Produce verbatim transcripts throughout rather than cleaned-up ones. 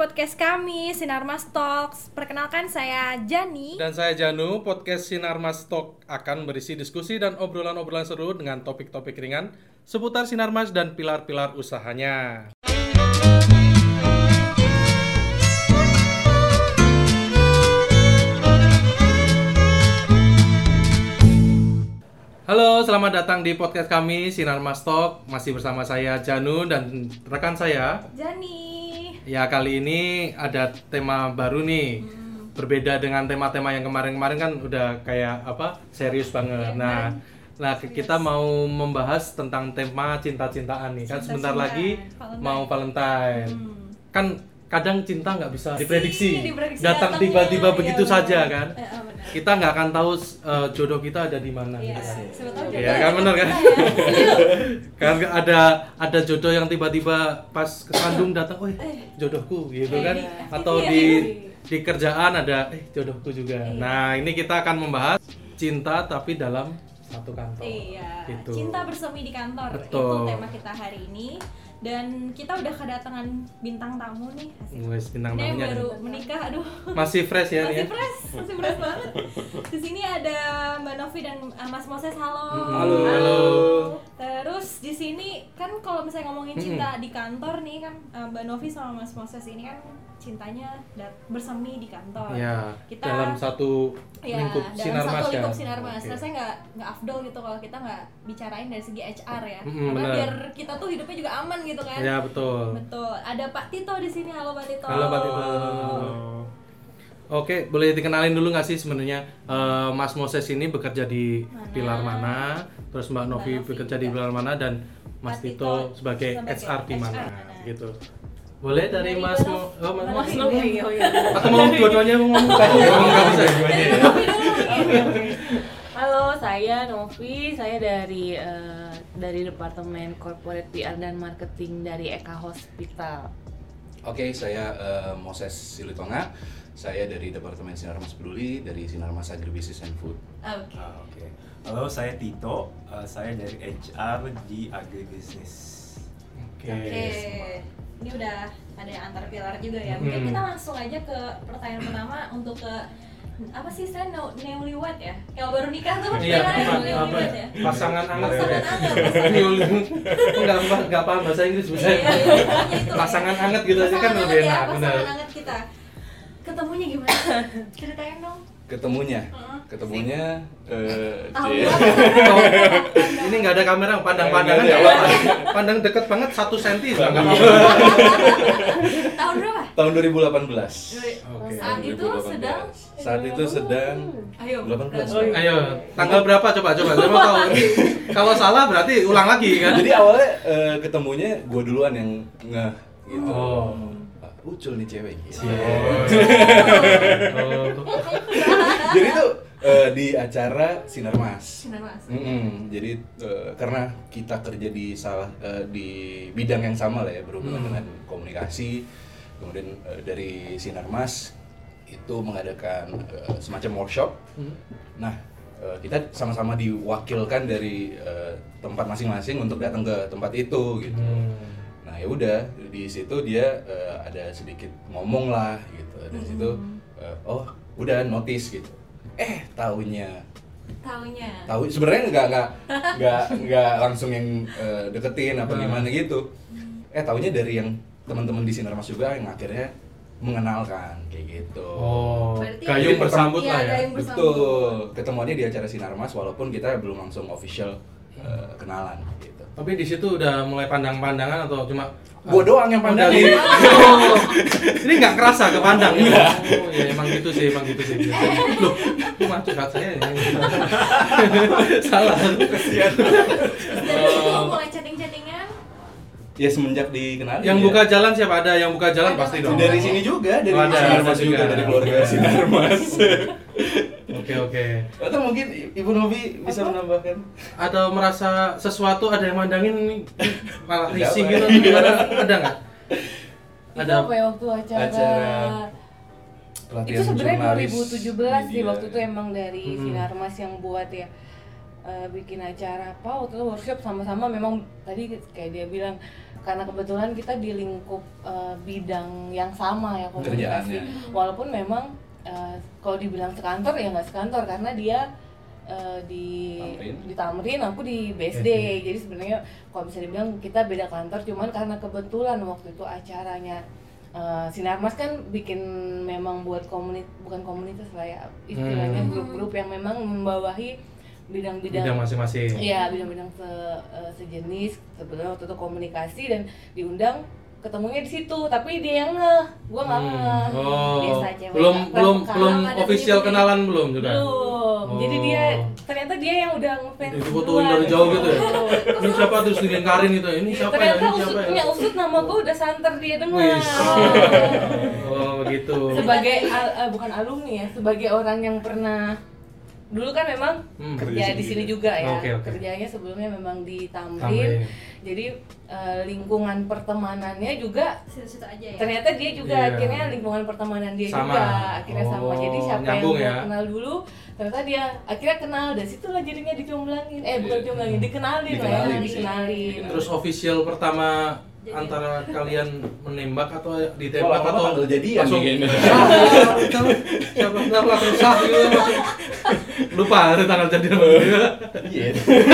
podcast kami, Sinarmas Talks. Perkenalkan saya Jani. Dan saya Janu. Podcast Sinarmas Talk akan berisi diskusi dan obrolan-obrolan seru dengan topik-topik ringan seputar Sinarmas dan pilar-pilar usahanya. Halo, selamat datang di podcast kami Sinarmas Talk. Masih bersama saya Janu dan rekan saya Jani. Ya, kali ini ada tema baru nih. Hmm. Berbeda dengan tema-tema yang kemarin-kemarin kan udah kayak apa? Serius banget. Ya, nah, kan? nah serius. Kita mau membahas tentang tema cinta-cintaan nih. Kan sebentar lagi Valentine. Mau Valentine. Hmm. Kan kadang cinta nggak bisa diprediksi, diprediksi datang tiba-tiba ya, begitu ya, saja kan. Eh, oh, kita nggak akan tahu uh, jodoh kita ada di mana. Iya, gitu. Ya kan benar kan? Kan ada ada jodoh yang tiba-tiba pas kesandung datang, oh jodohku gitu kan? Atau di di kerjaan ada eh jodohku juga. Nah ini kita akan membahas cinta tapi dalam satu kantor. Iya. Gitu. Cinta bersemi di kantor. Betul. Itu tema kita hari ini. Dan kita udah kedatangan bintang tamu nih. Wes bintang tamunya. Ini baru nih. menikah, aduh. Masih fresh ya Masih nih. fresh, masih fresh banget. Di sini ada Mbak Novi dan uh, Mas Moses. Halo. Halo. Halo. Terus di sini kan kalau misalnya ngomongin cinta hmm. di kantor nih kan uh, Mbak Novi sama Mas Moses ini kan cintanya dat- bersemi di kantor. Ya, kita dalam satu ya, lingkup dalam Sinarmas satu lingkup kan. Sinarmas. Okay. Rasanya nggak nggak afdol gitu kalau kita nggak bicarain dari segi H R ya. Mm-hmm, karena bener. biar kita tuh hidupnya juga aman gitu kan. Ya betul. Betul. Ada Pak Tito di sini. Halo Pak Tito. Halo Pak Tito. Oke, boleh dikenalin dulu nggak sih sebenarnya uh, Mas Moses ini bekerja di mana? Pilar mana? Terus Mbak Novi, Novi bekerja di pilar mana dan Mas Tito, Tito sebagai, sebagai H R di mana? Gitu. Boleh dari, dari Mas Mo, oh Mas, Mas Novi. Oh, iya. Atau mau dua-duanya mau ngomong tadi? Enggak bisa dua-duanya ya. Halo, saya Novi. Saya dari uh, dari Departemen Corporate P R dan Marketing dari Eka Hospital. Oke, saya uh, Moses Silitonga. Saya dari Departemen Sinarmas Peduli dari Sinarmas Agribusiness and Food. Oke. Okay. Ah, okay. Halo, saya Tito. Uh, saya dari H R di Agribusiness. Oke. Okay. Okay. Ini udah ada antar pilar juga ya. Mungkin hmm. kita langsung aja ke pertanyaan pertama untuk ke apa sih saya newlywed ya? Kalau baru nikah tuh iya, apa, newlywed ya? Pasangan anget. Pasangan anget. Enggak enggak paham bahasa Inggris bisa. Iya, iya, pasangan anget gitu aja kan lebih enak. Pasangan anget kita. Ketemunya gimana? Ceritain dong. Ketemunya, ketemunya, eh, uh, ini nggak ada kamera, pandang-pandangan ya, pandang deket banget satu senti nggak apa-apa. Tahun berapa? Tahun dua ribu delapan belas. Okay. Saat itu sedang. Saat itu sedang. Ayo. delapan belas. Ayo, tanggal berapa coba coba, saya mau tahu. Kalau salah berarti ulang lagi kan? Jadi awalnya uh, ketemunya gue duluan yang nge gitu. Oh. Ucul nih cewek gitu. Oh. Oh. Jadi tuh uh, di acara Sinarmas. Sinarmas. Mm-hmm. Jadi uh, karena kita kerja di salah uh, di bidang yang sama lah ya, berhubungan hmm. dengan komunikasi. Kemudian uh, dari Sinarmas itu mengadakan uh, semacam workshop. Hmm. Nah, uh, kita sama-sama diwakilkan dari uh, tempat masing-masing untuk datang ke tempat itu gitu. Hmm. Nah ya udah di situ dia uh, ada sedikit ngomong lah gitu. Dari situ uh, oh udah notice gitu. Eh taunya. Taunya. Tahu sebenarnya nggak nggak nggak nggak langsung yang uh, deketin apa gimana gitu. Eh taunya dari yang teman-teman di Sinarmas juga yang akhirnya mengenalkan kayak gitu. Oh. Gayung bersambut lah ya. Betul. Ketemuannya di acara Sinarmas walaupun kita belum langsung official uh, kenalan gitu. Tapi di situ udah mulai pandang-pandangan atau cuma gua doang yang pandangin. Oh. Ini nggak kerasa kepandang ya? Oh ya emang gitu sih, emang gitu sih. Loh, cuma curhat saya yang salah. Kesian. Oh. Mulai chatting-chattingan. Ya semenjak dikenalin. Yang ya. Buka jalan siapa ada? Yang buka jalan ada pasti dong. Dari sini juga, dari oh, Sinarmas juga, juga, dari keluarga Sinarmas. Oke oke. Atau mungkin Ibu Novi bisa apa? Menambahkan? Atau merasa sesuatu ada yang mandangin malah risih gitu gimana? Ada nggak? Ada apa ya waktu acara? acara itu sebenarnya dua ribu tujuh belas sih waktu itu emang dari hmm. Sinarmas yang buat ya. uh, bikin acara apa waktu itu workshop sama-sama memang tadi kayak dia bilang karena kebetulan kita di lingkup uh, bidang yang sama ya komunikasi walaupun memang uh, kalau dibilang sekantor ya nggak sekantor karena dia uh, di Tamrin. di Tamrin aku di B S D jadi sebenarnya kalau bisa dibilang kita beda kantor cuman karena kebetulan waktu itu acaranya uh, Sinarmas kan bikin memang buat komunitas bukan komunitas lah ya istilahnya hmm. grup-grup yang memang membawahi bidang-bidang bidang masing-masing. Iya, bidang-bidang se, uh, sejenis. Sebetulnya waktu itu komunikasi dan diundang ketemunya di situ, tapi dia yang ngeh, gua nggak hmm. ngeh. Oh. Biasa cewek. Belum belum belum official jadi, kenalan belum juga. Belum. Oh. Jadi dia ternyata dia yang udah ngefans. Difotoin dari jauh gitu ya. Ini siapa terus dilingkarin gitu. Ini siapa ya? Ternyata Ini siapa ya? usutnya usut nama gua udah santer dia dengar. Oh, begitu. Sebagai al, uh, bukan alumni ya, sebagai orang yang pernah dulu kan memang hmm, kerja di sini juga ya. Okay, okay. Kerjanya sebelumnya memang di Tamrin. Tamrin. Jadi uh, lingkungan pertemanannya juga situ-situ aja ya. Ternyata dia juga yeah. akhirnya lingkungan pertemanan dia sama. juga akhirnya oh, sama. Jadi siapa yang ya? kenal dulu, ternyata dia akhirnya kenal dan situlah jadinya dicomblangin. Eh bukan dicomblangin, dikenalin, dikenalin lah ya, dikenalin. Terus official pertama jadi, antara kalian menembak atau ditembak oh, atau tanggal jadian langsung nih siapa siapa langsung sah gitu lupa ada tanggal jadian iya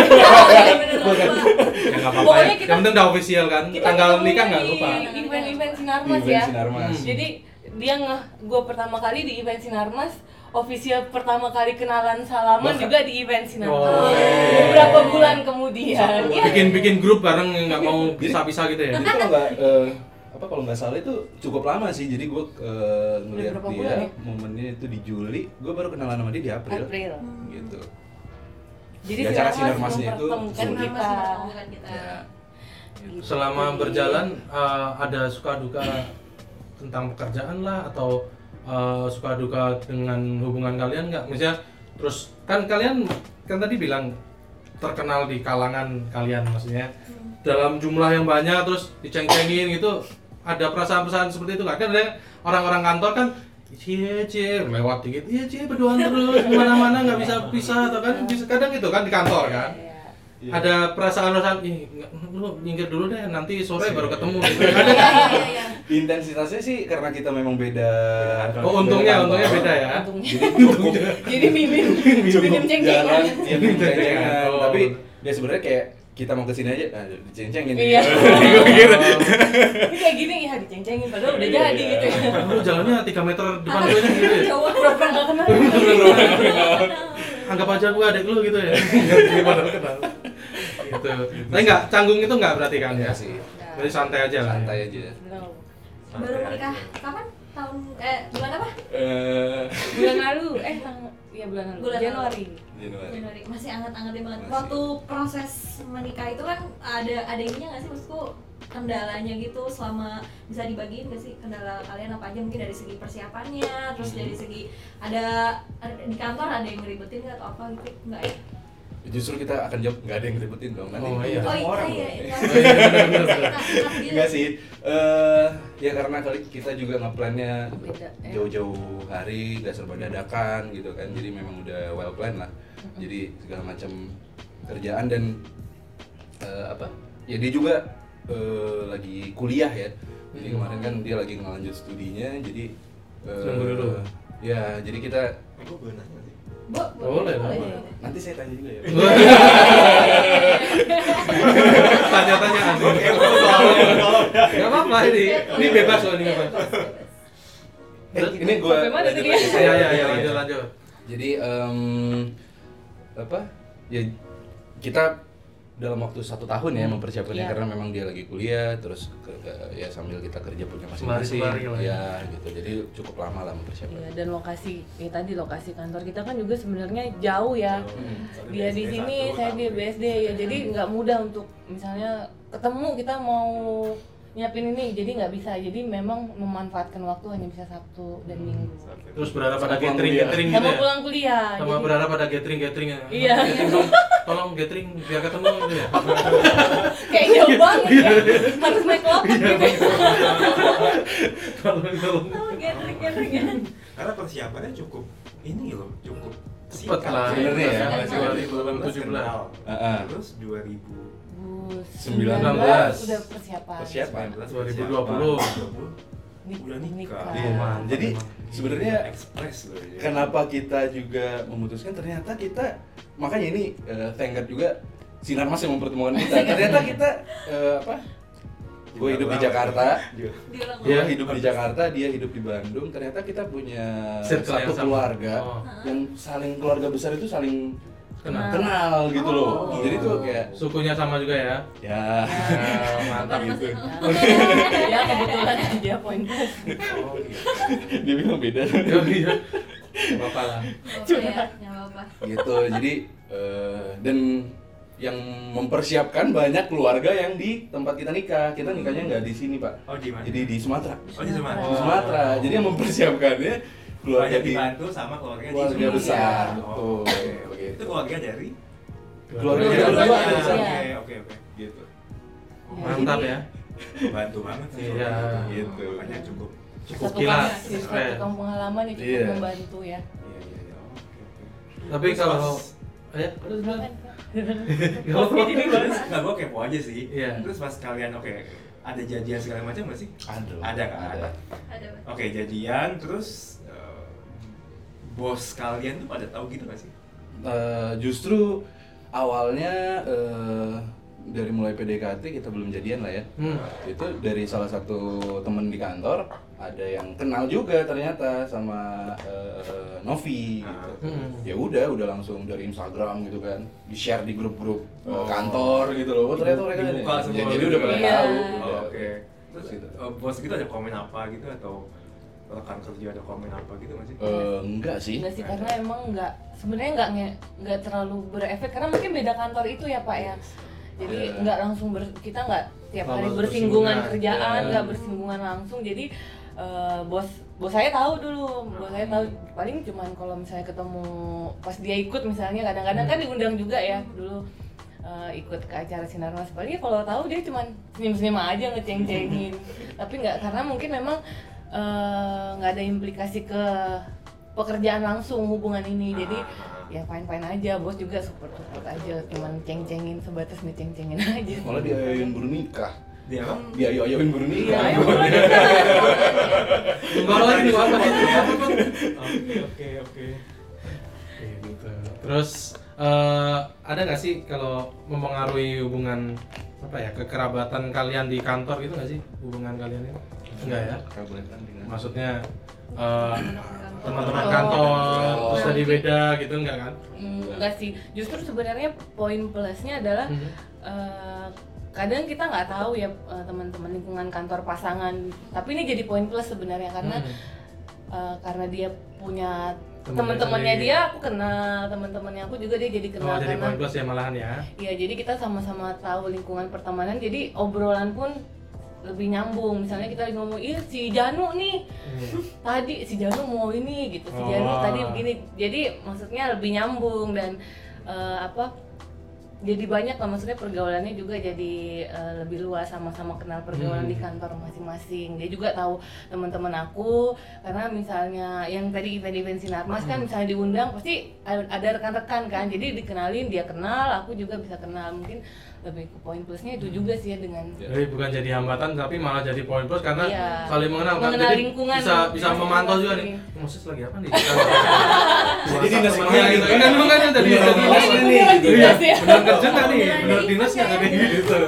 ya nggak apa-apa ya yang penting udah official kan tanggal nikah nggak lupa event-event Sinarmas ya jadi dia nggak gue pertama kali di event Sinarmas official pertama kali kenalan salaman Bahkan. juga di event Sinarmas oh, beberapa bulan kemudian ya. bikin-bikin grup bareng nggak mau pisah-pisah gitu ya jadi kalau nggak uh, apa kalau nggak salah itu cukup lama sih jadi gue uh, ngeliat dia bulan, ya? momennya itu di Juli gue baru kenalan sama dia di April, April. gitu jadi di acara Sinarmasnya itu kan kita ya. selama berjalan uh, ada suka duka tentang pekerjaan lah atau uh, suka duka dengan hubungan kalian nggak? Misalnya terus kan kalian kan tadi bilang terkenal di kalangan kalian maksudnya hmm. dalam jumlah yang banyak terus diceng-cengin gitu ada perasaan-perasaan seperti itu nggak? Kan ada orang-orang kantor kan cie cie lewat dikit iya cie berduaan terus kemana-mana nggak bisa pisah atau kan bisa kadang gitu kan di kantor kan yeah. ada perasaan-perasaan ih lu nyingkir dulu deh nanti sore baru ketemu gitu. ada kan? Intensitasnya sih karena kita memang beda. Oh untungnya, untungnya beda ya. Jadi cukup. Jadi minim, minim ceng-cengan. Iya minim ceng-cengan. Tapi dia sebenarnya kayak kita mau kesini aja, nah, diceng-cengin. Iya. Ini kayak gini ya diceng-cengin, padahal udah jadi gitu ya. Lu jalannya tiga meter depan gue nya gitu ya. Jauh berapa nggak kenal. Anggap aja gue adek lu gitu ya. Gimana kenal. Gitu. Tapi nggak canggung itu nggak berarti kan ya sih. Jadi santai aja lah. Santai aja. Baru menikah kapan? Tahun eh bulan apa? Eh bulan lalu. Eh iya bulan lalu. Bulan Januari. Januari. Januari. Masih anget-angetnya banget. Masih. Waktu proses menikah itu kan ada ada ininya nggak sih maksudku kendalanya gitu selama bisa dibagiin nggak sih kendala kalian apa aja mungkin dari segi persiapannya terus hmm. dari segi ada, ada di kantor ada yang ngeribetin nggak atau apa gitu nggak ya? Justru kita akan jawab nggak ada yang ribetin dong nanti oh, iya. oh, iya, orang iya, iya, iya. nggak sih uh, ya karena kali kita juga ngeplannya jauh-jauh hari nggak serba dadakan gitu kan jadi memang udah well plan lah jadi segala macam kerjaan dan uh, apa ya dia juga uh, lagi kuliah ya jadi kemarin kan dia lagi ngelanjut studinya jadi uh, ya jadi kita aku boleh nanya sih Bo, boleh, boleh, boleh. Nanti saya tanya juga ya. Tanya-tanya asli. Gak apa-apa ini. Ini bebas loh, ini bebas. Eh, ini gua lanjut ya. Iya, iya, iya, lanjut, lanjut. Jadi um, apa? Ya kita dalam waktu satu tahun ya mempersiapkannya yeah. karena memang dia lagi kuliah terus ke, ke, ya sambil kita kerja punya masing-masing ya gitu jadi cukup lama lah mempersiapkan. Yeah, dan lokasi ya tadi lokasi kantor kita kan juga sebenarnya jauh ya hmm. dia di sini saya di B S D ya jadi nggak mudah untuk misalnya ketemu kita mau nyiapin ini jadi nggak bisa jadi memang memanfaatkan waktu hanya bisa Sabtu dan Minggu. Terus berharap pada gathering gathering gitu sama ya? pulang kuliah. Sama jadi... berharap pada gathering gathering ya? Iya. Tolong, tolong gathering biar ketemu gitu ya? Kayak jauh banget ya, harus naik loket gitu. Tolong tolong. Tolong gathering gathering. Karena persiapannya cukup ini loh cukup Cepet lah. Sebenarnya ya. dua ribu tujuh belas. kenal. Heeh. Terus dua ribu sembilan belas udah persiapan. Persiapan. dua ribu dua puluh. Nik- Udah nikah. nikah. Iya. Mantap Jadi emang. sebenarnya Express loh ya. kenapa kita juga memutuskan, ternyata kita makanya ini uh, thank God juga Sinar Mas yang mempertemukan kita. Ternyata kita uh, apa? Gue hidup di Jakarta, Diulang gue Iya. hidup di Jakarta, dia hidup di Bandung. Ternyata kita punya Circle satu yang sama. keluarga Oh. yang saling keluarga besar itu saling Kenal. kenal gitu loh. Oh. Jadi tuh kayak Sukunya sama juga ya. ya Ya, mantap gitu. Ya kebetulan aja poin plus. Oh, iya. Dia bilang beda. Oh, iya. Gak apa-apa lah. Coba ya, nggak apa-apa. Gitu. Jadi eh, dan yang mempersiapkan banyak keluarga yang di tempat kita nikah. Kita nikahnya nggak di sini, Pak. Oh di mana? Jadi di Sumatera. Oh di Sumatera. Di Sumatera. Jadi yang mempersiapkannya keluarga Banyak di dibantu sama keluarga di keluarga Sumatera. besar, Oh, betul. oke. Begitu. Itu keluarga dari Keluarga Keluarga kedua kedua, ada di sana. iya. Oke oke oke. Gitu. Mantap ya. Bantu banget sih. Iya. Gitu. Makanya cukup. Cukup Satu kilas. kampung- satu Keren. kampung halaman yang cukup Iya. membantu ya. Iya iya iya. Oke oke. Tapi Terus kalau pas- ya, terus Kan, gimana? Kak? Gak apa-apa. Terus nggak gue kepo aja sih. Iya. Terus pas kalian oke ada jadian segala macam nggak sih? Ada. Ada kan? Ada. Ada Pak. Oke jadian terus eh, bos kalian tuh pada tahu gitu nggak sih? Eh, justru awalnya eh, dari mulai P D K T kita belum jadian lah ya. Hmm. Itu dari salah satu temen di kantor ada yang kenal juga ternyata sama eh, Novi gitu. Hmm. Ya udah udah langsung dari Instagram gitu kan, di share di grup-grup eh, Oh. kantor gitu loh. Oh, ternyata mereka Dibuka ada. semua Ya, jadi gitu udah pada ya. tahu. Iya. Oh, udah. Oke. Terus Gitu. eh, bos gitu ada komen apa gitu atau rekan kerja ada komen apa gitu nggak sih? Eh, enggak sih. Enggak sih, karena emang enggak sebenarnya enggak nge- enggak terlalu berefek karena mungkin beda kantor itu ya Pak ya. Jadi Iya. enggak langsung ber, kita enggak tiap hari Terlalu bersinggungan bersinggungan. kerjaan, Iya. enggak bersinggungan langsung. Jadi eh, bos bos saya tahu dulu, bos saya tahu paling cuman kalau misalnya ketemu pas dia ikut misalnya kadang-kadang kan diundang juga ya dulu eh, ikut ke acara Sinar Mas. Paling ya kalau tahu dia cuman senyum-senyum aja ngeceng-cengin. Tapi enggak, karena mungkin memang eh, nggak ada implikasi ke pekerjaan langsung hubungan ini. Jadi ya fine-fine aja, bos juga support-support aja, cuman ceng-cengin sebatas ngeceng-cengin aja. Malah diayoin baru nikah. Dia apa? Diayo-ayoin baru nikah. Iya, ayo Tunggu lagi nih apa gitu. Oke oke oke. Kayak gitu. Terus eh, ada nggak sih kalau mempengaruhi hubungan apa ya kekerabatan kalian di kantor gitu nggak sih hubungan kalian ini? Enggak ya? Kekerabatan dengan Maksudnya eh, teman-teman Oh. kantor Oh. terus tadi beda gitu enggak kan? Hmm, enggak sih, justru sebenarnya poin plusnya adalah Mhm. eh, kadang kita nggak tahu ya eh, teman-teman lingkungan kantor pasangan, tapi ini jadi poin plus sebenarnya karena Mhm. eh, karena dia punya Temennya teman-temannya sendiri. dia, aku kenal teman-temannya aku juga dia jadi kenal Oh, jadi karena poin plus ya malahan ya. ya jadi kita sama-sama tahu lingkungan pertemanan, jadi obrolan pun lebih nyambung. Misalnya kita lagi ngomong, iya si Janu nih Iya. tadi si Janu mau ini gitu, si Oh. Janu tadi begini, jadi maksudnya lebih nyambung dan eh, apa jadi banyak lah, maksudnya pergaulannya juga jadi eh, lebih luas, sama-sama kenal pergaulan Hmm. di kantor masing-masing. Dia juga tahu teman-teman aku, karena misalnya yang tadi event-event Sinarmas kan misalnya diundang pasti ada rekan-rekan kan, jadi dikenalin, dia kenal, aku juga bisa kenal. Mungkin lebih ke poin plusnya itu juga sih ya, dengan Jadi bukan jadi hambatan tapi malah jadi poin plus karena Iya. saling mengenal kan. Mengenal Jadi lingkungan bisa bisa masing-masing. memantau juga nih. Moses lagi apa nih? Jadi dinas Temennya kemana gitu. gitu. Kan dulu kan dari Bener, dinas dinas nih. nih, Iya, dinas ya. benar kerja nggak nih? Beneran Benar ada dinas nggak event nih? ya. Gitu.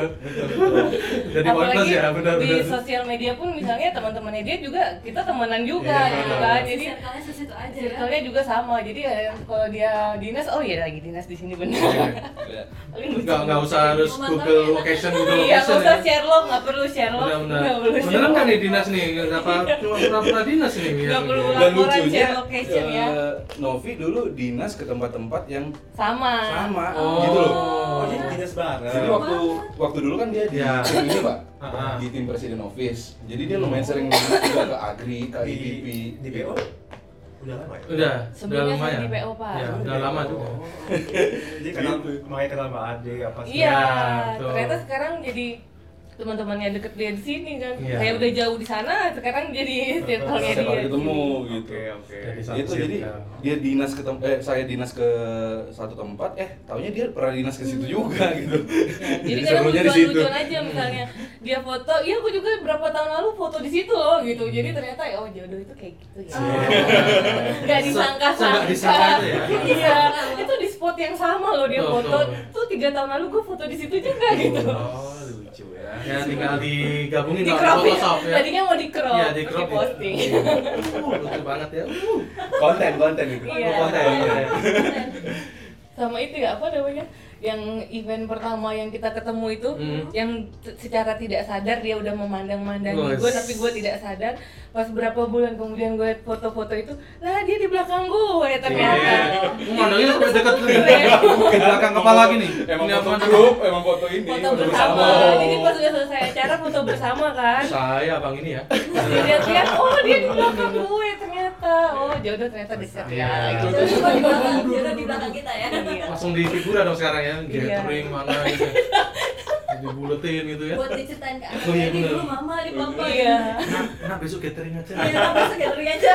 Jadi poin plus apalagi ya, benar di benar. sosial media pun misalnya teman-temannya dia juga kita temanan juga Iya, gitu benar. kan, jadi Circle-nya sesitu aja ya. circle-nya juga sama. Jadi ya, kalau dia dinas, oh iya lagi dinas di sini benar. Iya. Paling lucu. Nggak nggak usah harus Google location Google Iya, nggak location usah ya. Sherlock, nggak perlu Sherlock. Benar benar. Nggak perlu Beneran Sherlock. nggak nih dinas nih? Apa cuma pura-pura dinas nih? biar Nggak perlu begini? ulang. Dan Laporan lucunya share location ya. eh, Novi dulu dinas ke tempat-tempat yang Sama. sama Oh. gitu loh. Oh jadi dinas bareng. Jadi waktu waktu dulu kan dia di Ya. tim ini Pak, Ah. di tim presiden office. Jadi dia lumayan sering dinas juga ke Agri, ke I P P. di di P O udah lama ya? Udah, udah Sebelumnya saya lumayan. di P O, Pak. Ya, udah lama juga. Oh. Jadi kenal makanya kenal Mbak Ade apa sih? Iya, Ya, betul. ternyata sekarang jadi teman-temannya deket dia di sini kan. Iya. Saya udah jauh di sana, sekarang jadi circle-nya Setiap dia. kali ketemu gitu. Oke, oke. Jadi satu Itu jadi circle. dia dinas ke tem- eh saya dinas ke satu tempat, eh taunya dia pernah dinas ke situ juga gitu. Ya, jadi kadang serunya di situ. lucuan-lucuan aja misalnya dia foto, iya aku juga berapa tahun lalu foto di situ loh gitu. Jadi ternyata oh jodoh itu kayak gitu ya. Gak disangka-sangka. Nggak disangka itu ya. Iya, itu di spot yang sama loh dia Betul, foto. betul. Tuh tiga tahun lalu gue foto di situ juga gitu. Oh, lucu ya. Ya tinggal digabungin Di dalam crop ya. Photoshop ya. Tadinya mau di crop, Iya, di crop di posting. Uh, lucu banget ya. Uh. Konten konten gitu. Iya. Konten ya. Sama itu ya apa namanya? Yang event pertama yang kita ketemu itu, Hmm. yang t- secara tidak sadar dia udah memandang-mandangi Wes. gue, tapi gue tidak sadar. Pas berapa bulan kemudian gue liat foto-foto itu, lah dia di belakang gue ternyata. Iya. Mandangnya sampai dekat tuh. Iya. Di belakang kepala gini. Emang Ini foto apa? grup, emang foto ini. Foto foto bersama. Jadi pas udah selesai acara foto bersama kan. Saya abang ini ya. Lihat-lihat, oh dia di belakang gue ternyata. Oh jodoh ternyata dekat Iya. ya. Gitu. Jodoh cuma di belakang, jodoh di belakang kita ya. Iya. Langsung di figura dong sekarang ya. Iya. Gathering mana gitu. Dibuletin gitu ya. Buat diceritain ke Oh, iya, anaknya, ini bener. dulu mama di papa. Iya. Nah, nah besok gathering aja. Iya, masa gathering aja.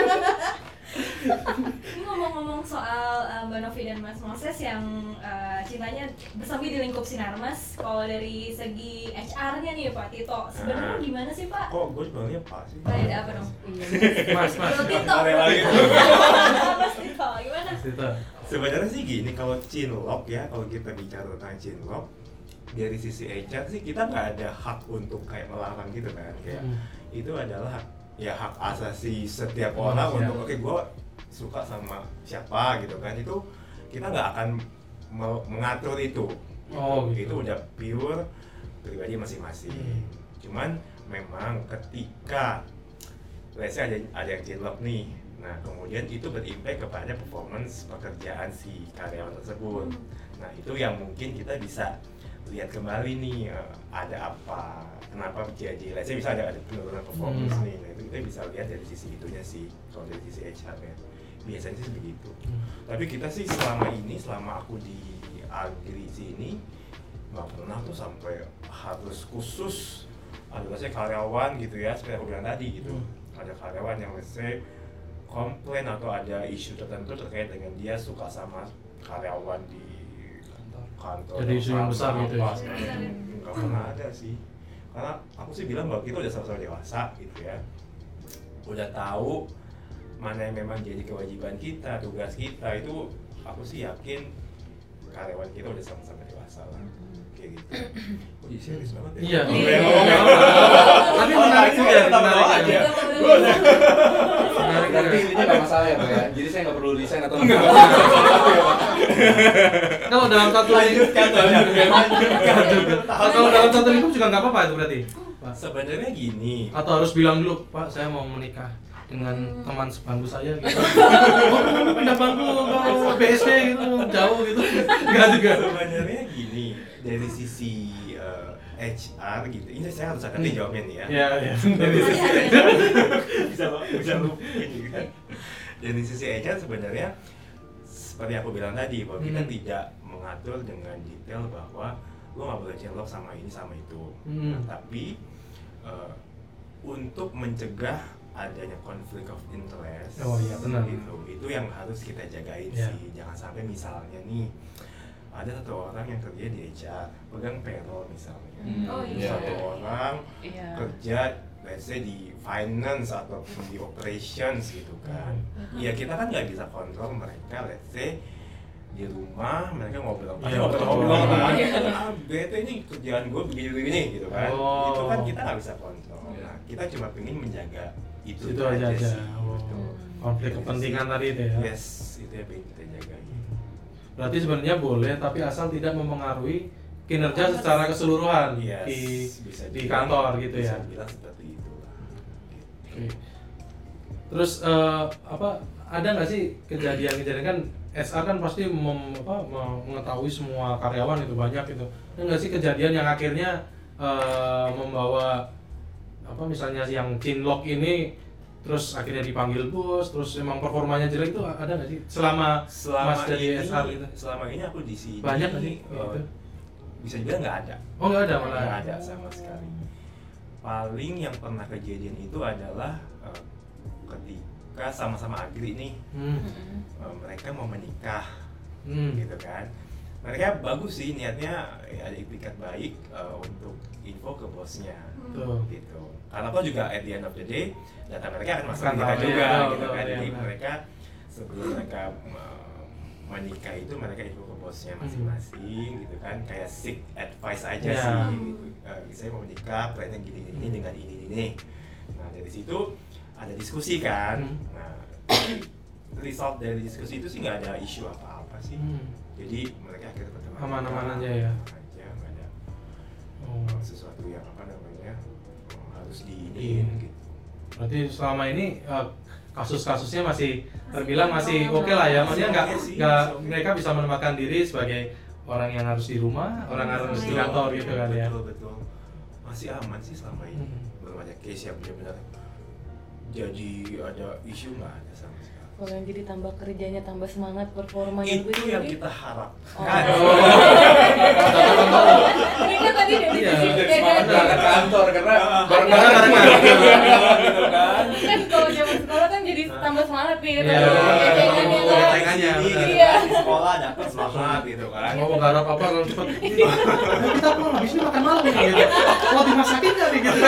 Ini ngomong-ngomong soal uh, Mbak Novi dan Mas Moses yang uh, cintanya bersemi di lingkup Sinarmas, kalau dari segi H R-nya nih Pak Tito, sebenarnya Nah. gimana sih Pak? Kok gue bilangnya Pak sih? Kayak ada apa dong? Mas, mas. Kalau Tito, Ada lagi. Mas Tito, gimana? Kita. Sebenarnya sih gini, kalau chinlock ya, kalau kita bicara tentang chinlock dari sisi H R sih kita nggak ada hak untuk kayak melarang gitu kan, kayak Hmm. itu adalah hak, ya hak asasi setiap Hmm, orang ya. untuk oke gue suka sama siapa gitu kan, itu kita nggak akan me- mengatur itu. Oh, gitu. Itu udah pure pribadi masing-masing. Hmm. Cuman memang ketika let's say ada ada yang chinlock nih, nah kemudian itu berimpact kepada performance pekerjaan si karyawan tersebut. Nah itu yang mungkin kita bisa lihat kembali nih, eh, ada apa, kenapa jadi let's say bisa ada, ada penurunan performance Hmm. nih. Nah itu kita bisa lihat dari sisi itunya sih, kalau dari sisi H R ya biasanya sih begitu. Hmm. Tapi kita sih selama ini, selama aku di agri sini nggak pernah tuh sampai harus khusus ada let's say karyawan gitu ya, seperti aku bilang tadi gitu. Hmm. Ada karyawan yang let's say komplain atau ada isu tertentu terkait dengan dia suka sama karyawan di kantor. Jadi isu yang besar gitu ya? Nggak pernah ada sih. Karena aku sih bilang bahwa kita udah sama-sama dewasa gitu ya. Udah tahu mana yang memang jadi kewajiban kita, tugas kita, itu aku sih yakin karyawan kita udah sama-sama dewasa lah. Kayak gitu. Oh jadi serius banget ya? Iya. Iya. Tapi menarik juga, Kita menarik tahu juga. aja. Menarik Berarti juga. intinya nggak masalah ya Pak ya. Jadi saya nggak perlu resign atau enggak. Kalau dalam satu Lanjutkan, lanjutkan, lanjutkan. kalau dalam satu lingkup juga nggak apa-apa itu berarti. Pak. Sebenarnya gini, Atau harus bilang dulu, Pak, saya mau menikah dengan teman sebangku saya gitu. Oh, pindah bangku ke B S D gitu, jauh gitu. Enggak juga. sebenarnya gini, dari sisi eh, H R gitu, ini saya harus hati-hati Hmm. jawabnya nih ya. Iya, iya. Dari sisi H R bisa bisa lupa gitu kan. Dari sisi H R sebenarnya seperti aku bilang tadi bahwa kita Hmm. tidak mengatur dengan detail bahwa lo nggak boleh chinlock sama ini sama itu. Hmm. Nah, tapi eh, untuk mencegah adanya konflik of interest, Oh iya, benar. gitu, itu yang harus kita jagain Iya. sih. Jangan sampai misalnya nih ada satu orang yang kerja di H R, pegang payroll misalnya, Hmm, Oh, iya. satu orang Iya. kerja let's say di finance atau di operations gitu kan. Ya kita kan nggak bisa kontrol mereka let's say di rumah mereka ngobrol Iya, ngobrol-ngobrol betul. kan. Iya. Ah, bete ini kerjaan gue begini-begini gitu kan. Oh. Itu kan kita nggak bisa kontrol. Nah, kita cuma pengen menjaga itu, Itu aja aja. sih, Oh. gitu. Konflik kepentingan tadi itu ya. Yes, itu yang pengen kita jaga gitu. Berarti sebenarnya boleh tapi asal tidak mempengaruhi kinerja secara keseluruhan Yes, di bisa di dibilang- kantor gitu ya. Bisa bilang seperti itu lah. Oke. Terus eh, apa ada nggak sih kejadian-kejadian kan S R kan pasti mem, apa, mengetahui semua karyawan itu banyak gitu. Ada nggak sih kejadian yang akhirnya eh, membawa apa misalnya yang chinlock ini terus akhirnya dipanggil bos, terus emang performanya jelek itu ada nggak sih selama, Selama Mas jadi ini, S R gitu? selama ini aku di sini Banyak nggak sih? eh, Gitu. bisa dibilang nggak ada. Oh nggak ada malah. Nggak ada sama sekali. paling yang pernah kejadian itu adalah uh, ketika sama-sama agree nih Hmm. uh, mereka mau menikah, Hmm. gitu kan. Mereka bagus sih niatnya, ya, ada itikat baik uh, untuk info ke bosnya, Tuh. gitu. Karena toh juga at the end of the day data mereka akan masuk Akan ke kita tahu, juga, ya, gitu betul, kan. ya, Jadi benar. mereka sebelum mereka uh, menikah itu mereka info ke bosnya masing-masing, gitu kan. Kayak seek advice aja Ya. sih. Gitu. Uh, saya mau menikah, plannya gini-gini dengan ini-ini. Nah dari situ ada diskusi kan. Hmm. Nah result dari diskusi itu sih nggak ada isu apa-apa sih. Hmm. Jadi mereka akhirnya berteman. Aman-aman aja ya? Aja, nggak ada Oh. uh, sesuatu yang apa namanya uh, harus diinin Iya. gitu. Berarti selama ini uh, kasus-kasusnya masih terbilang masih oke lah ya, maksudnya nggak Oke sih, nggak masih oke. mereka bisa menempatkan diri sebagai orang yang harus di rumah, orang yang harus di kantor gitu kan ya. Betul betul. Masih aman sih selama ini. Hmm. Belum ada case yang benar-benar jadi ada isu, nggak ada sama sekali. Kalau yang jadi tambah kerjanya, tambah semangat performanya Itu gue yang sendiri. kita harap. Oh. Ini kan tadi dari Iya. sisi Udah ya semangat kan. berangkat kantor karena bareng Bareng-bareng. gitu kan. Kan kalau zaman sekolah kan jadi tambah semangat nih. Iya. tambah kecengannya Oh, kan. kecengannya, Di benar. sini, Iya. di sekolah dapat semangat gitu kan. Mau menggarap apa kalau cepet ini kita mau habis ini makan malam nih gitu. Mau dimasakin nggak nih gitu.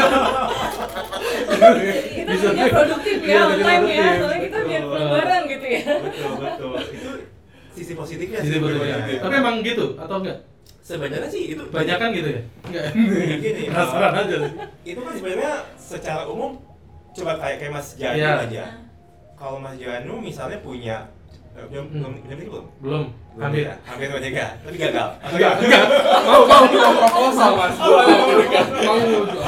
Kita Bisa punya produktif Iya, ya, on jadi time ya. produktif. Soalnya kita biar Betul. pulang bareng gitu ya. Betul betul. Itu sisi positifnya Jadi sih. betul ya. sebenarnya. Tapi emang gitu atau enggak? Sebenarnya sih itu Banyak kan gitu ya? Enggak. Gini, Penasaran aja sih. itu kan sebenarnya secara umum coba kayak kayak Mas Janu Iya. aja. Kalau Mas Janu misalnya punya eh, belum Hmm. belum belum ini belum? Belum. Belum Hampir. ya? Hampir menikah, tapi gagal. Enggak, enggak. Mau mau Mau proposal Mas. mau mau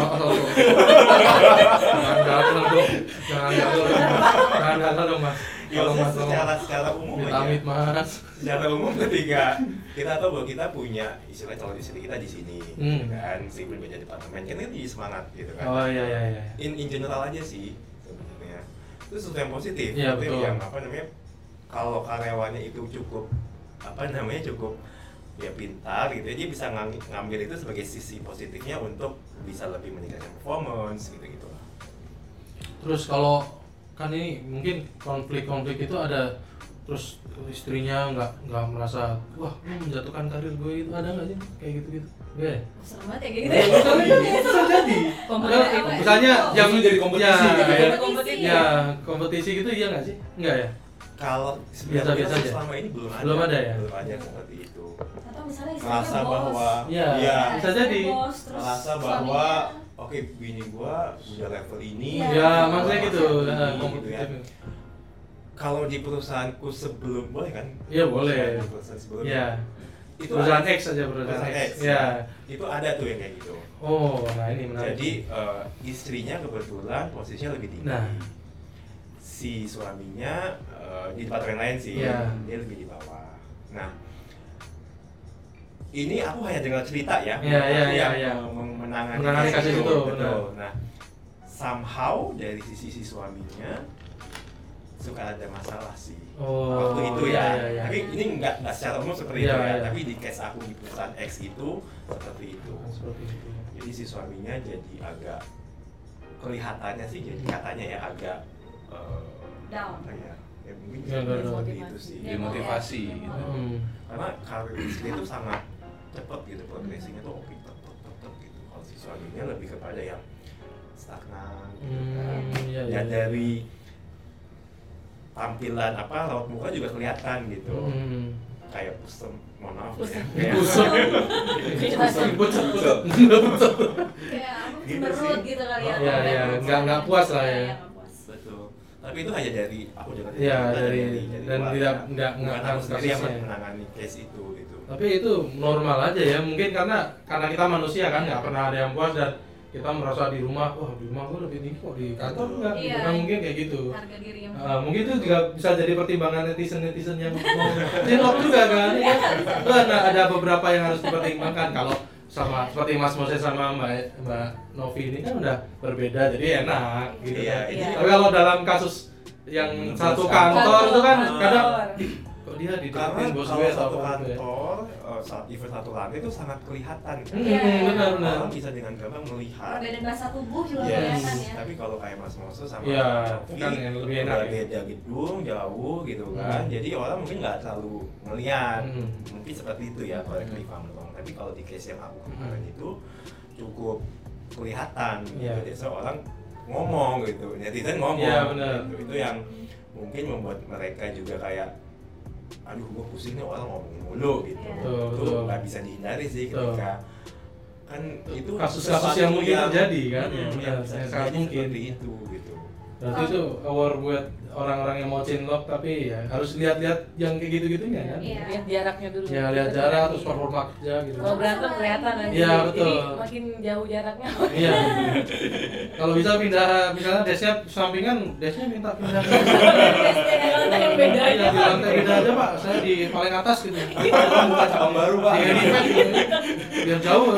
jangan gagal dong. Jangan gagal dong. Jangan gagal dong, Mas. Ya Tolong, Mas. maksudnya tolong. secara secara umum Amit aja. amit, Mas. Secara umum ketika kita tahu bahwa kita punya istilah calon istri kita di sini, Hmm. gitu kan, meskipun beda departemen, kan kita jadi semangat gitu kan. Oh iya iya iya. In in general aja sih sebenarnya. Itu sesuatu yang positif. Iya, Itu betul. yang apa namanya? Kalau karyawannya itu cukup apa namanya cukup ya pintar gitu, dia bisa ngang- ngambil itu sebagai sisi positifnya untuk bisa lebih meningkatkan performance gitu gitu lah. Terus kalau kan ini mungkin konflik-konflik itu ada, terus istrinya nggak nggak merasa wah ini menjatuhkan karir gue, itu ada nggak sih kayak gitu-gitu? Enggak ya? Serem banget ya kayak gitu. Ya, bisa jadi, bisa jadi. Kompetitif. Apa? Misalnya Oh, yang justru jadi kompetisi ya, gitu ya, ya. Kompetisi. ya kompetisi gitu, iya nggak sih? Enggak ya? Kalau Biasa-biasa sebenarnya aja. selama ini belum ada. Belum ada ya? Belum ada seperti itu. Atau misalnya Merasa istrinya bos. bahwa Iya, iya, bisa jadi. Bos, terus merasa suaminya- bahwa oke bini gua udah level ini. Iya. Ya, maksudnya gitu. Ini, Nah, gitu ya. kompetitif. Kalau di perusahaanku sebelum boleh kan? Iya, boleh. Di perusahaan sebelumnya. Iya. Itu Perusahaan ada- X aja, perusahaan perusahaan X. X. Iya. Itu ada tuh yang kayak gitu. Oh, nah ini menarik. Jadi eh, istrinya kebetulan posisinya lebih tinggi. Nah. Si suaminya eh, di departemen lain sih, Iya. dia lebih di bawah. Nah, ini aku hanya dengar cerita ya. Iya, iya, Aku iya, yang iya. meng- menangani Menangani kasus itu, betul. benar. Nah, somehow dari sisi si suaminya suka ada masalah sih. Oh, Waktu itu iya, ya. iya, iya. Tapi ini nggak nggak secara umum seperti Iya, itu ya. iya. Tapi di case aku di perusahaan X itu seperti itu. Seperti itu. Jadi si suaminya jadi agak kelihatannya sih jadi katanya ya agak eh, Down. apa ya, ya mungkin Ya, bisa nggak, seperti nggak. itu sih. Dimotivasi gitu. Hmm. Karena karir istri itu sangat cepat gitu progresinya tuh oke tek tek tek tek gitu. Kalau si suaminya lebih kepada yang stagnan gitu kan. Hmm, iya, Dan iya. dari tampilan apa raut muka juga kelihatan gitu. Hmm. Kayak kusem, mohon maaf ya. Kusem. Kayak- Kusem. Kusem. Pucet, pucet. Kayak apa? Gitu Cemberut sih. gitu kali ya. Iya, iya. Nggak- nggak puas lah ya. Iya, nggak puas. Betul. Tapi itu hanya dari aku dengar Iya, cerita dari- dari dan keluarga. tidak- nggak- Bukan nggak aku harus sendiri yang kasusnya. menangani case itu gitu. Tapi itu normal aja ya, mungkin karena karena kita manusia kan nggak pernah ada yang puas, dan kita merasa di rumah, wah di rumah gue lebih tinggi kok, di kantor enggak, Iya. nah, mungkin kayak gitu. Harga diri yang Uh, mungkin itu juga bisa jadi pertimbangan netizen-netizen yang mau cilok juga kan, ya. Karena ada beberapa yang harus dipertimbangkan. Kalau sama seperti Mas Moses sama Mbak Mbak Novi ini kan udah berbeda, jadi enak gitu Iya, kan. iya. Tapi kalau dalam kasus yang Hmm, satu terus kantor itu kan Kantor. kadang ih, kok dia di Karena deketin bos kalau gue atau satu apa gitu ya. kantor, uh, saat event satu lantai itu sangat kelihatan kan. Hmm, Iya. benar-benar. Orang bisa dengan gampang melihat. Perbedaan bahasa tubuh juga Yes. kelihatan ya. Tapi kalau kayak Mas Moso sama Iya, Mas kan yang lebih enak udah ya. beda gedung, jauh gitu kan. Hmm. Jadi orang mungkin nggak terlalu melihat. Hmm. Mungkin seperti itu ya, kalau di Famlong. Tapi kalau di case yang aku kemarin Hmm. itu cukup kelihatan Iya. gitu. Jadi orang ngomong gitu, netizen ngomong. Iya, benar. Gitu. Itu yang mungkin membuat mereka juga kayak aduh gue pusing nih orang ngomongin mulu gitu. Iya. Betul, Itu betul. nggak bisa dihindari sih Betul. ketika kan itu Kasus-kasus sesuatu yang mungkin terjadi kan, hmm, ya, yang benar, bisa yang terjadi sangat mungkin. seperti itu gitu. Berarti itu award buat orang-orang yang mau cinlok tapi ya harus lihat-lihat yang kayak gitu-gitunya kan. Iya. Lihat jaraknya dulu. Ya lihat jarak terus performa kerja gitu. Kalau berantem kelihatan nanti. Iya, Jadi betul. makin jauh jaraknya. Iya. Kalau bisa pindah misalnya desknya sampingan, desknya minta pindah. Lantai yang beda Iya, aja. di lantai beda aja Pak, saya di paling atas gitu. Buka cabang baru Pak. Di Edipet gitu. Biar jauh.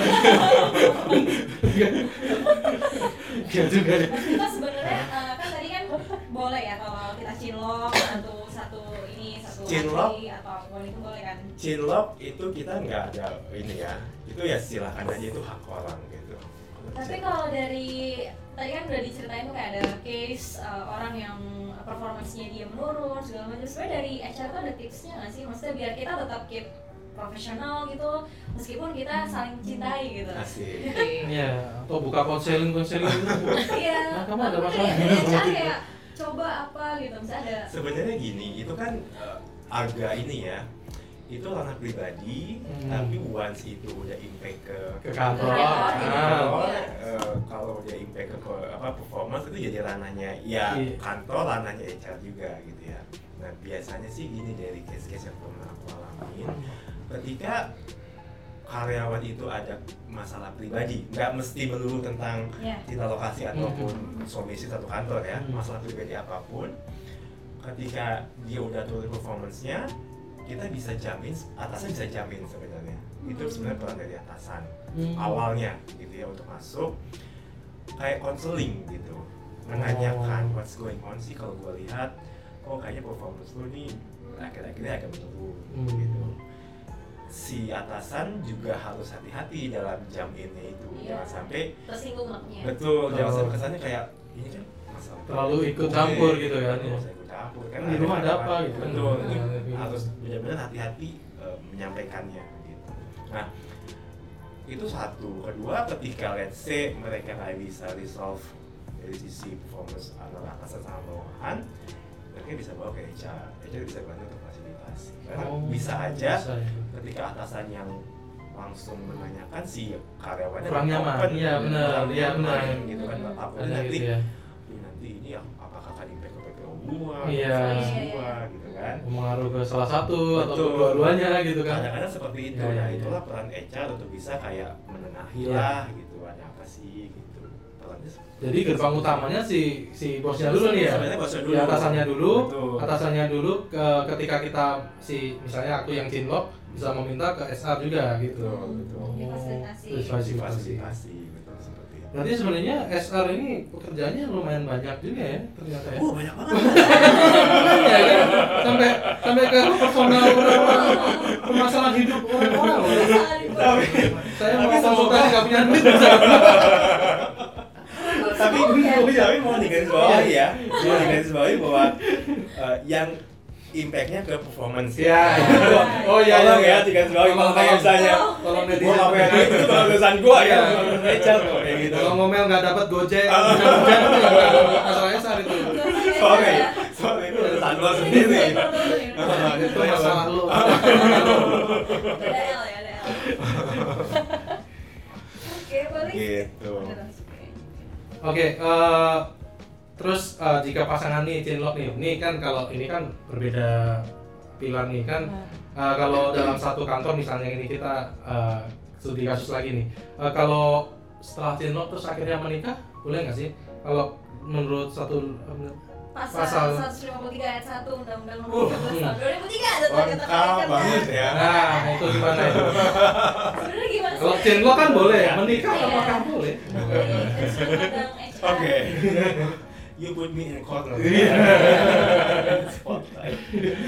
Iya juga. Mas Vito sebenarnya uh, kan tadi kan boleh ya kalau kita cinlok satu satu ini satu Cinlok? hari atau apapun itu boleh kan? Cinlok itu kita nggak ada ini ya. Itu ya silakan aja, itu hak orang gitu. Tapi kalau dari tadi kan udah diceritain tuh kayak ada case uh, orang yang performance-nya dia menurun segala macam. Sebenarnya dari H R tuh ada tipsnya nggak sih? Maksudnya biar kita tetap keep profesional gitu, meskipun kita saling mencintai gitu. Asik. Iya, atau buka konseling konseling gitu. Iya. Nah, kamu ada Tapi masalah dari gitu? H R kayak coba apa gitu, misalnya ada. Sebenarnya gini, itu kan uh, agak ini ya. Itu ranah pribadi, Hmm. tapi once itu udah impact ke Ke kantor. Ke Ah. kantor, Iya. eh, kalau udah impact ke ke- apa performance itu jadi ranahnya ya Iya. kantor, ranahnya H R juga gitu ya. Nah biasanya sih gini dari case-case yang pernah aku alamin, ketika karyawan itu ada masalah pribadi, nggak mesti melulu tentang Iya. cinta lokasi ataupun suami istri satu kantor ya, Hmm. masalah pribadi apapun, ketika dia udah turun performance-nya, kita bisa jamin, atasan bisa jamin sebenarnya. Itu sebenarnya peran dari atasan Hmm. awalnya gitu ya, untuk masuk kayak konseling gitu, menanyakan Oh. what's going on sih. Kalau gue lihat kok kayaknya performance lu nih akhir-akhir ini agak menurun Hmm. gitu. Si atasan juga harus hati-hati dalam jaminnya itu, Iya. jangan sampai Tersinggung maknya. betul, jangan Oh. sampai kesannya kayak ini kan masalah Terlalu pribadi ikut gue, campur gitu kan, nggak ya. usah ikut campur kan, Di rumah ada apa gitu. betul, Hmm. itu Hmm. harus benar-benar hati-hati eh, menyampaikannya gitu. Nah itu satu. Kedua, ketika let's say mereka nggak bisa resolve dari sisi performance antara atasan sama bawahan, mereka bisa bawa ke H R. H R bisa bantu untuk fasilitasi. Karena Oh, bisa aja bisa ya. ketika atasan yang langsung menanyakan si karyawannya Kurang nyaman. open, Iya, benar. kurang Iya, nyaman, benar. gitu kan. Apalagi Ada nanti gitu ya. "Ih, nanti ini apakah akan impact ke P P O gua, Iya. ke gua, gitu kan. Mengaruh ke salah satu atau Betul. kedua-duanya gitu kan. Kadang-kadang seperti itu. Iya, iya, Nah, iya. itulah peran H R untuk bisa kayak menengahi Iya. lah gitu, ada apa sih gitu. Perannya seperti Jadi gerbang utamanya si si bosnya dulu nih ya. Sebenarnya bosnya dulu. Si atasannya dulu, Betul. atasannya dulu ke, ketika kita si misalnya aku yang cinlok bisa meminta ke S R juga gitu. Betul, betul. Difasilitasi. Difasilitasi. Fasilitasi, betul seperti itu. Berarti sebenarnya S R ini pekerjaannya lumayan banyak juga ya ternyata ya. Oh, banyak banget. Iya kan? Sampai sampai ke personal orang-orang, permasalahan hidup orang-orang loh. Tapi Saya Tapi mau konsultasi semoga- nggak punya duit. tapi tapi mau digarisbawahi ya, mau digarisbawahi bahwa eh, yang impactnya ke performance Ya, iya. Oh iya, tolong iya. ya digarisbawahi kalau kayak misalnya Tolong gua netizen. nggak pengen itu kalau urusan gua ya, Iya. bukan urusan H R kok kayak gitu. Kalau ngomel nggak dapat gojek, hujan-hujan itu ya masalahnya saat itu. Sorry, sorry itu urusan gua sendiri. Nah, itu masalah lu. Ada L ya, ada L. Oke, balik. Gitu. Oke, eh, terus eh, jika pasangan nih cinlok nih, nih kan kalau ini kan berbeda pilar nih kan. Eh, kalau dalam satu kantor misalnya ini kita eh, studi kasus lagi nih. Eh, kalau setelah cinlok terus akhirnya menikah, boleh nggak sih? Kalau menurut satu Pasal Pasal- seratus lima puluh tiga ayat satu Undang-Undang Uh, Nomor tiga belas tahun dua ribu tiga ada Lengkap banget ya. nah itu gimana itu? Sebenarnya gimana sih? Kalau cinlok kan boleh, menikah Iya. apakah boleh? Dari sudut pandang H R. Oke. You put me in a corner. Iya. Spotlight.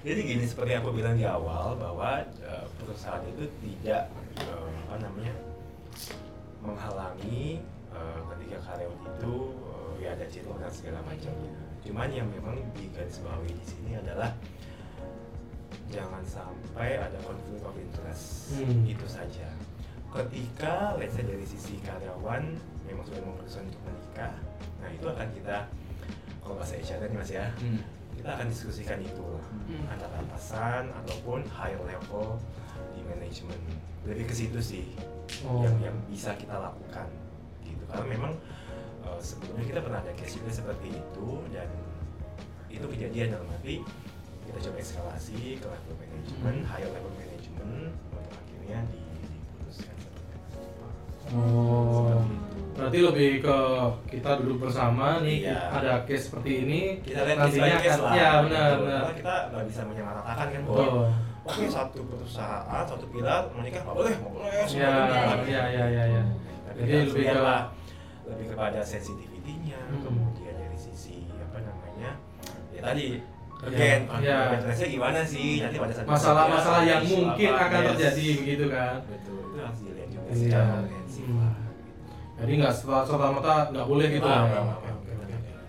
Jadi gini, seperti aku bilang di awal bahwa uh, perusahaan itu tidak uh, apa namanya menghalangi uh, ketika karyawan itu uh, ya ada cinlok dan segala macamnya. Cuman yang memang digarisbawahi di sini adalah jangan sampai ada konflik of interest, hmm. itu saja. Ketika let's say dari sisi karyawan memang sudah memutuskan untuk menikah, nah itu akan kita, kalau bahasa H R nih Mas ya, hmm. kita akan diskusikan itu hmm. antara atasan ataupun higher level di manajemen. Lebih ke situ sih oh. yang yang bisa kita lakukan gitu. Karena memang uh, sebelumnya kita pernah ada case juga seperti itu, dan itu kejadian dalam arti kita coba eskalasi ke level manajemen, hmm. higher level manajemen, untuk akhirnya di, diputuskan seperti itu. Oh. Berarti lebih ke kita duduk bersama nih, iya. ada case seperti ini, kita lihat nantinya case akan, lah. ya benar, benar. Karena kita nggak bisa menyamaratakan kan bahwa oh. oke okay, satu perusahaan, satu pilar menikah nggak boleh, nggak boleh, ya, ya, ya, ya, ya. Tapi jadi lebih ke lah, lebih kepada sensitivitinya, hmm. kemudian dari sisi apa namanya, ya tadi again, ya, ya. konflik gimana sih nanti pada saat masalah-masalah yang mungkin apa, akan yes. terjadi begitu kan. Betul, itu harus dilihat juga Iya. secara komprehensif Hmm. lah. Jadi nggak serta-merta nggak boleh gitu Ah, lah. ah, ah, Oke, ah, oke, benar, oke. benar.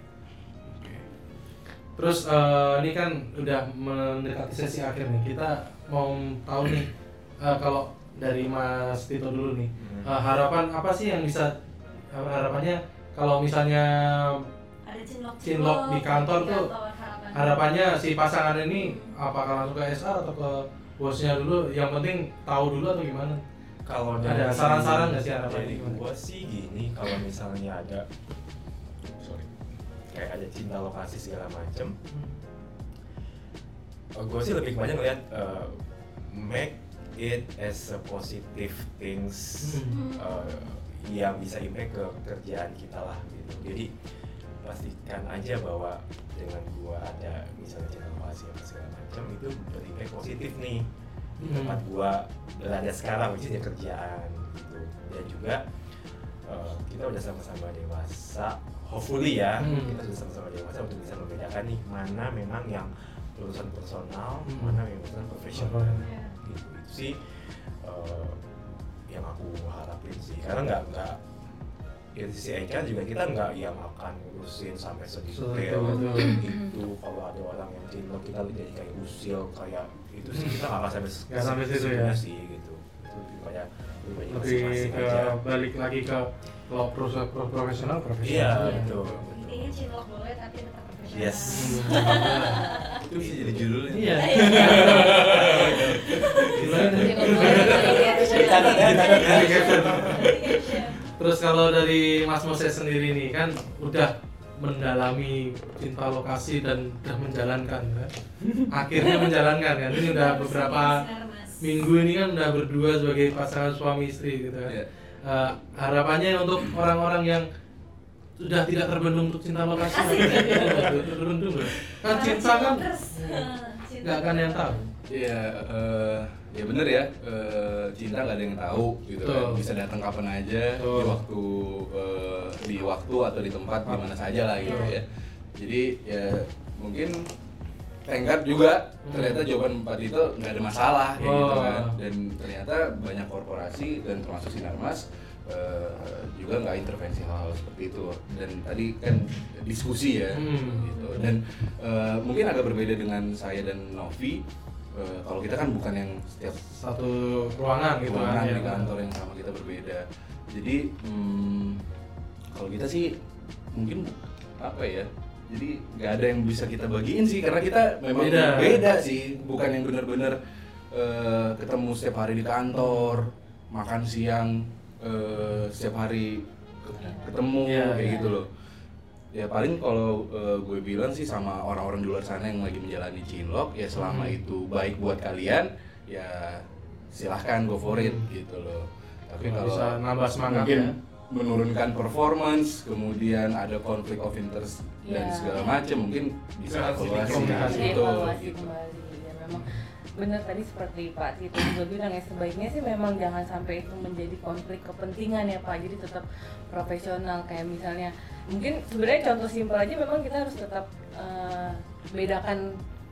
Terus uh, ini kan udah mendekati sesi akhir nih. Kita mau tahu nih uh, kalau dari Mas Tito dulu nih, uh, harapan apa sih yang bisa uh, harapannya kalau misalnya Ada cinlok cinlok di kantor tuh, harapannya. harapannya si pasangan ini apakah langsung ke S R atau ke bosnya dulu? Yang penting tahu dulu atau gimana? Kalau Ada saran-saran nggak sih harapannya dari gimana? gua sih gini, kalau misalnya ada sorry kayak ada cinta lokasi segala macem, uh, gue sih lebih banyak ngeliat uh, make it as a positive things Hmm. uh, yang bisa impact ke kerjaan kita lah gitu. Jadi pastikan aja bahwa dengan gua ada misalnya cinta lokasi atau segala macam itu berimpact positif nih di tempat gua berada sekarang, which is kerjaan gitu. Dan juga uh, kita udah sama-sama dewasa, hopefully ya, hmm. kita sudah sama-sama dewasa untuk bisa membedakan nih mana memang yang urusan personal, hmm. mana yang urusan profesional. Yeah. Gitu. Itu sih uh, yang aku harapin sih, karena nggak nggak dari sisi H R juga kita nggak yang akan ngurusin sampai sedetail gitu. Kalau ada orang yang cinlok kita jadi kayak usil kayak itu sih kita nggak akan sampai Nggak sampai situ ya? sih gitu. Itu lebih banyak lebih banyak Lebih masing-masing ke aja. balik lagi ke kalau perusahaan pro- profesional Iya profesional. betul. Intinya cinlok boleh tapi tetap profesional. Yes. Itu bisa jadi judulnya. Iya. Terus kalau dari Mas Moses sendiri nih kan udah mendalami cinta lokasi dan udah menjalankan kan, akhirnya menjalankan kan, ini udah beberapa minggu ini kan udah berdua sebagai pasangan suami istri gitu kan. Yeah. Uh, harapannya untuk orang-orang yang sudah tidak terbendung untuk cinta lokasi, terbendung loh. Kan cinta kan nggak akan yang tahu. Iya, uh, ya bener ya, uh, cinta nggak ada yang tahu gitu kan, bisa datang kapan aja, Tuh. di waktu uh, di waktu atau di tempat di mana saja lah gitu ya. Jadi ya mungkin tenggat juga ternyata jawaban Pak Tito nggak ada masalah kayak Oh. gitu kan, dan ternyata banyak korporasi dan termasuk Sinarmas uh, juga nggak intervensi hal-hal seperti itu. Dan tadi kan diskusi ya, Hmm. gitu. Dan uh, mungkin agak berbeda dengan saya dan Novi. Uh, kalau kita kan bukan yang setiap Satu ruangan gitu ruangan kan di ya. kantor yang sama, kita berbeda. Jadi hmm, kalau kita sih mungkin apa ya? Jadi nggak ada yang bisa kita bagiin sih, karena kita memang Beda. beda, sih, bukan yang benar-benar uh, ketemu setiap hari di kantor, makan siang uh, setiap hari ketemu Iya, kayak iya. gitu loh. Ya paling kalau uh, gue bilang sih sama orang-orang di luar sana yang lagi menjalani cinlok, ya selama Hmm. itu baik buat kalian, ya silahkan go for it Hmm. gitu loh. Tapi Kalau kalau bisa nambah semangat mungkin ya. menurunkan performance, kemudian ada konflik of interest dan Ya. segala macam, mungkin bisa Harus evaluasi dikomunikasi. gitu. Dievaluasi gitu. kembali. Ya memang benar tadi seperti Pak Tito juga bilang ya, sebaiknya sih memang jangan sampai itu menjadi konflik kepentingan ya Pak. Jadi tetap profesional, kayak misalnya mungkin sebenarnya contoh simpel aja, memang kita harus tetap uh, bedakan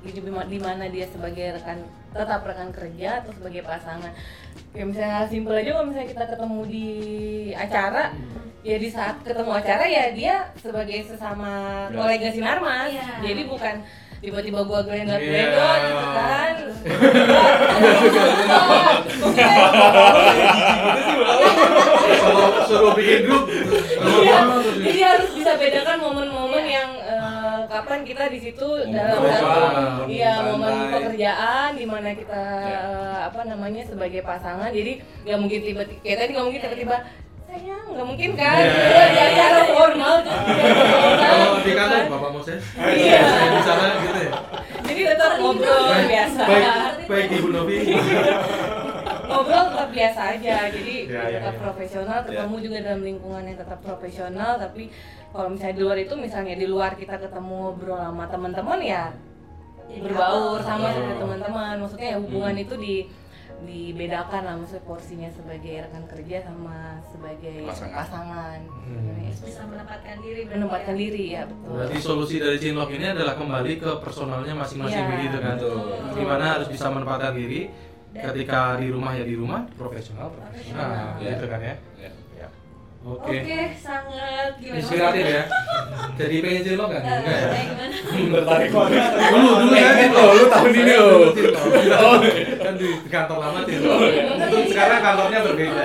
di, di mana dia sebagai rekan tetap rekan kerja atau sebagai pasangan. Kayak misalnya simpel aja kalau misalnya kita ketemu di acara, ya di saat ketemu acara ya dia sebagai sesama kolega Sinarmas. Iya. Jadi bukan tiba-tiba gua glendot Iya. glendot gitu kan. Kalau suruh bikin grup, Iya, jadi harus bisa bedakan momen-momen yang eh, kapan kita di situ dalam Momen satu apa, iya momen momen santai. pekerjaan di mana kita Ya. eh, apa namanya sebagai pasangan. Jadi nggak mungkin tiba-tiba kayak tadi nggak mungkin tiba-tiba sayang, nggak mungkin kan? Iya. Di acara formal terus kalau di gitu kantor kan. Bapak Moses, Iya. saya bicara gitu ya. Jadi tetap ngobrol Baik, biasa. baik, baik Ibu Novi. Ngobrol tetap biasa aja, jadi Ya, ya, tetap ya. profesional, ketemu juga dalam lingkungan yang tetap profesional. Tapi kalau misalnya di luar itu, misalnya di luar kita ketemu ngobrol sama teman-teman ya Jadi berbaur apa? sama Oh. seperti teman-teman. Maksudnya ya hubungan itu di dibedakan lah, maksudnya porsinya sebagai rekan kerja sama sebagai Pasangan. pasangan. Hmm. Yes. Bisa menempatkan diri berarti Menempatkan ya. diri ya betul. Berarti solusi dari Cinlok ini adalah kembali ke personalnya masing-masing Iya. begitu kan. Betul. Dimana harus bisa menempatkan diri. Ketika di rumah ya di rumah, profesional profesional, Profesional. gitu kan ya. Ya. Ya. Oke, Oke. sangat gimana? Inspiratif ya. Jadi pengen Cinlok kan? Eh, Enggak ya? kayak gimana? Tertarik banget. Dulu dulu ya. Eh, lo, lu tahun ini lo. Oh, kan di kantor lama Cinlok. Untuk sekarang kantornya berbeda.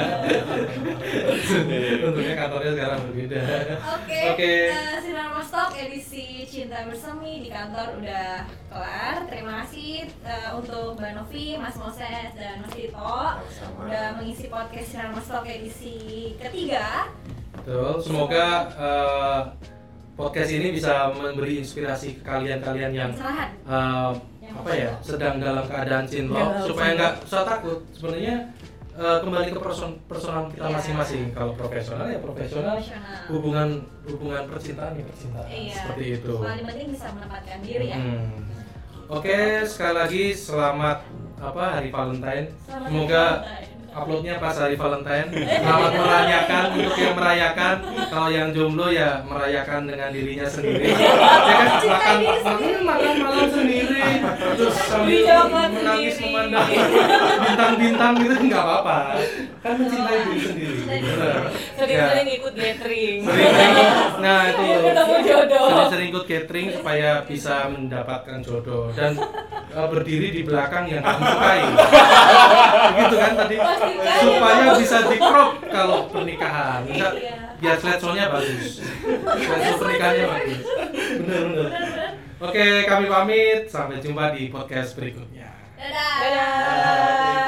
Untungnya kantornya sekarang berbeda. Oke, Oke. eh, Sinar Mas Talk edisi Cinta Bersemi di kantor udah kelar. Terima kasih eh, untuk Mbak Novi, Mas Moses, dan Mas Tito Sama-sama. udah mengisi podcast Sinar Mas Talk edisi ketiga. Betul. Semoga eh, podcast ini bisa memberi inspirasi ke kalian-kalian yang Pencerahan. eh, apa ya sedang dalam keadaan cinlok Dalam supaya cinlok. nggak usah takut. Sebenarnya eh, kembali ke person personal kita Iya. masing-masing. Kalau profesional ya profesional. Profesional. Hubungan hubungan percintaan ya percintaan. Iya. Seperti itu. Paling penting bisa menempatkan diri ya. Hmm. Oke, sekali lagi selamat apa hari Valentine. Selamat Semoga Valentine. uploadnya pas hari Valentine. Selamat merayakan untuk yang merayakan. Kalau yang jomblo ya merayakan dengan dirinya sendiri. Ya kan makan makan makan malam sendiri. Terus sambil Dijawab menangis sendiri. memandang bintang-bintang gitu nggak apa-apa. Kan mencintai diri sendiri. Benar. Sering-sering ikut gathering. Sering-sering. Nah itu Biar ketemu jodoh. sering-sering ikut catering supaya bisa mendapatkan jodoh dan uh, berdiri di belakang yang kamu sukai. Begitu kan tadi supaya bisa di crop kalau pernikahan. Bisa, Iya. biar slideshow-nya bagus. Slideshow pernikahannya bagus. Bener bener. Oke, kami pamit. Sampai jumpa di podcast berikutnya. Dadah. Dadah.